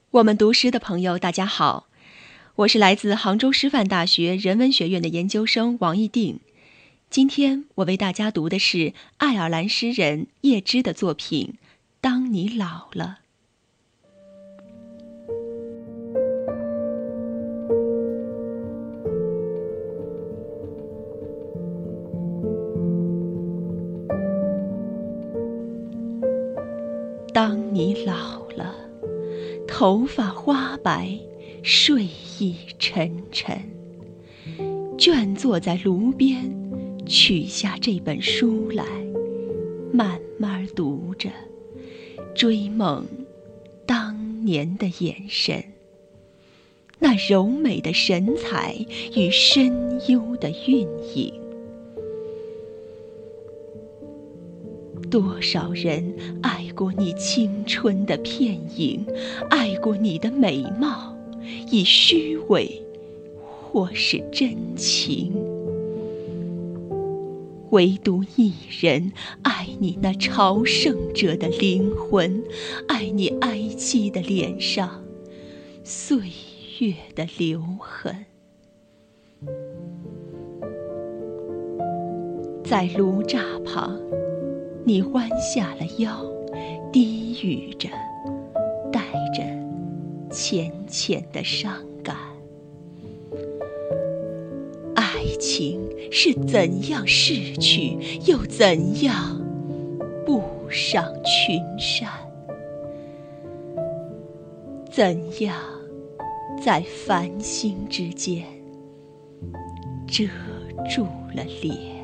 我们读诗的朋友，大家好，我是来自杭州师范大学人文学院的研究生王一定。今天我为大家读的是爱尔兰诗人叶芝的作品《当你老了》。当你老了，头发花白，睡意沉沉，倦坐在炉边，取下这本书来，慢慢读着，追梦当年的眼神，那柔美的神采与深幽的韵影。多少人爱过你青春的片影，爱过你的美貌，以虚伪或是真情，唯独一人爱你那朝圣者的灵魂，爱你哀戚的脸上岁月的留痕。在炉栅旁，你弯下了腰，低语着，带着浅浅的伤感。爱情是怎样逝去，又怎样步上群山？怎样在繁星之间遮住了脸？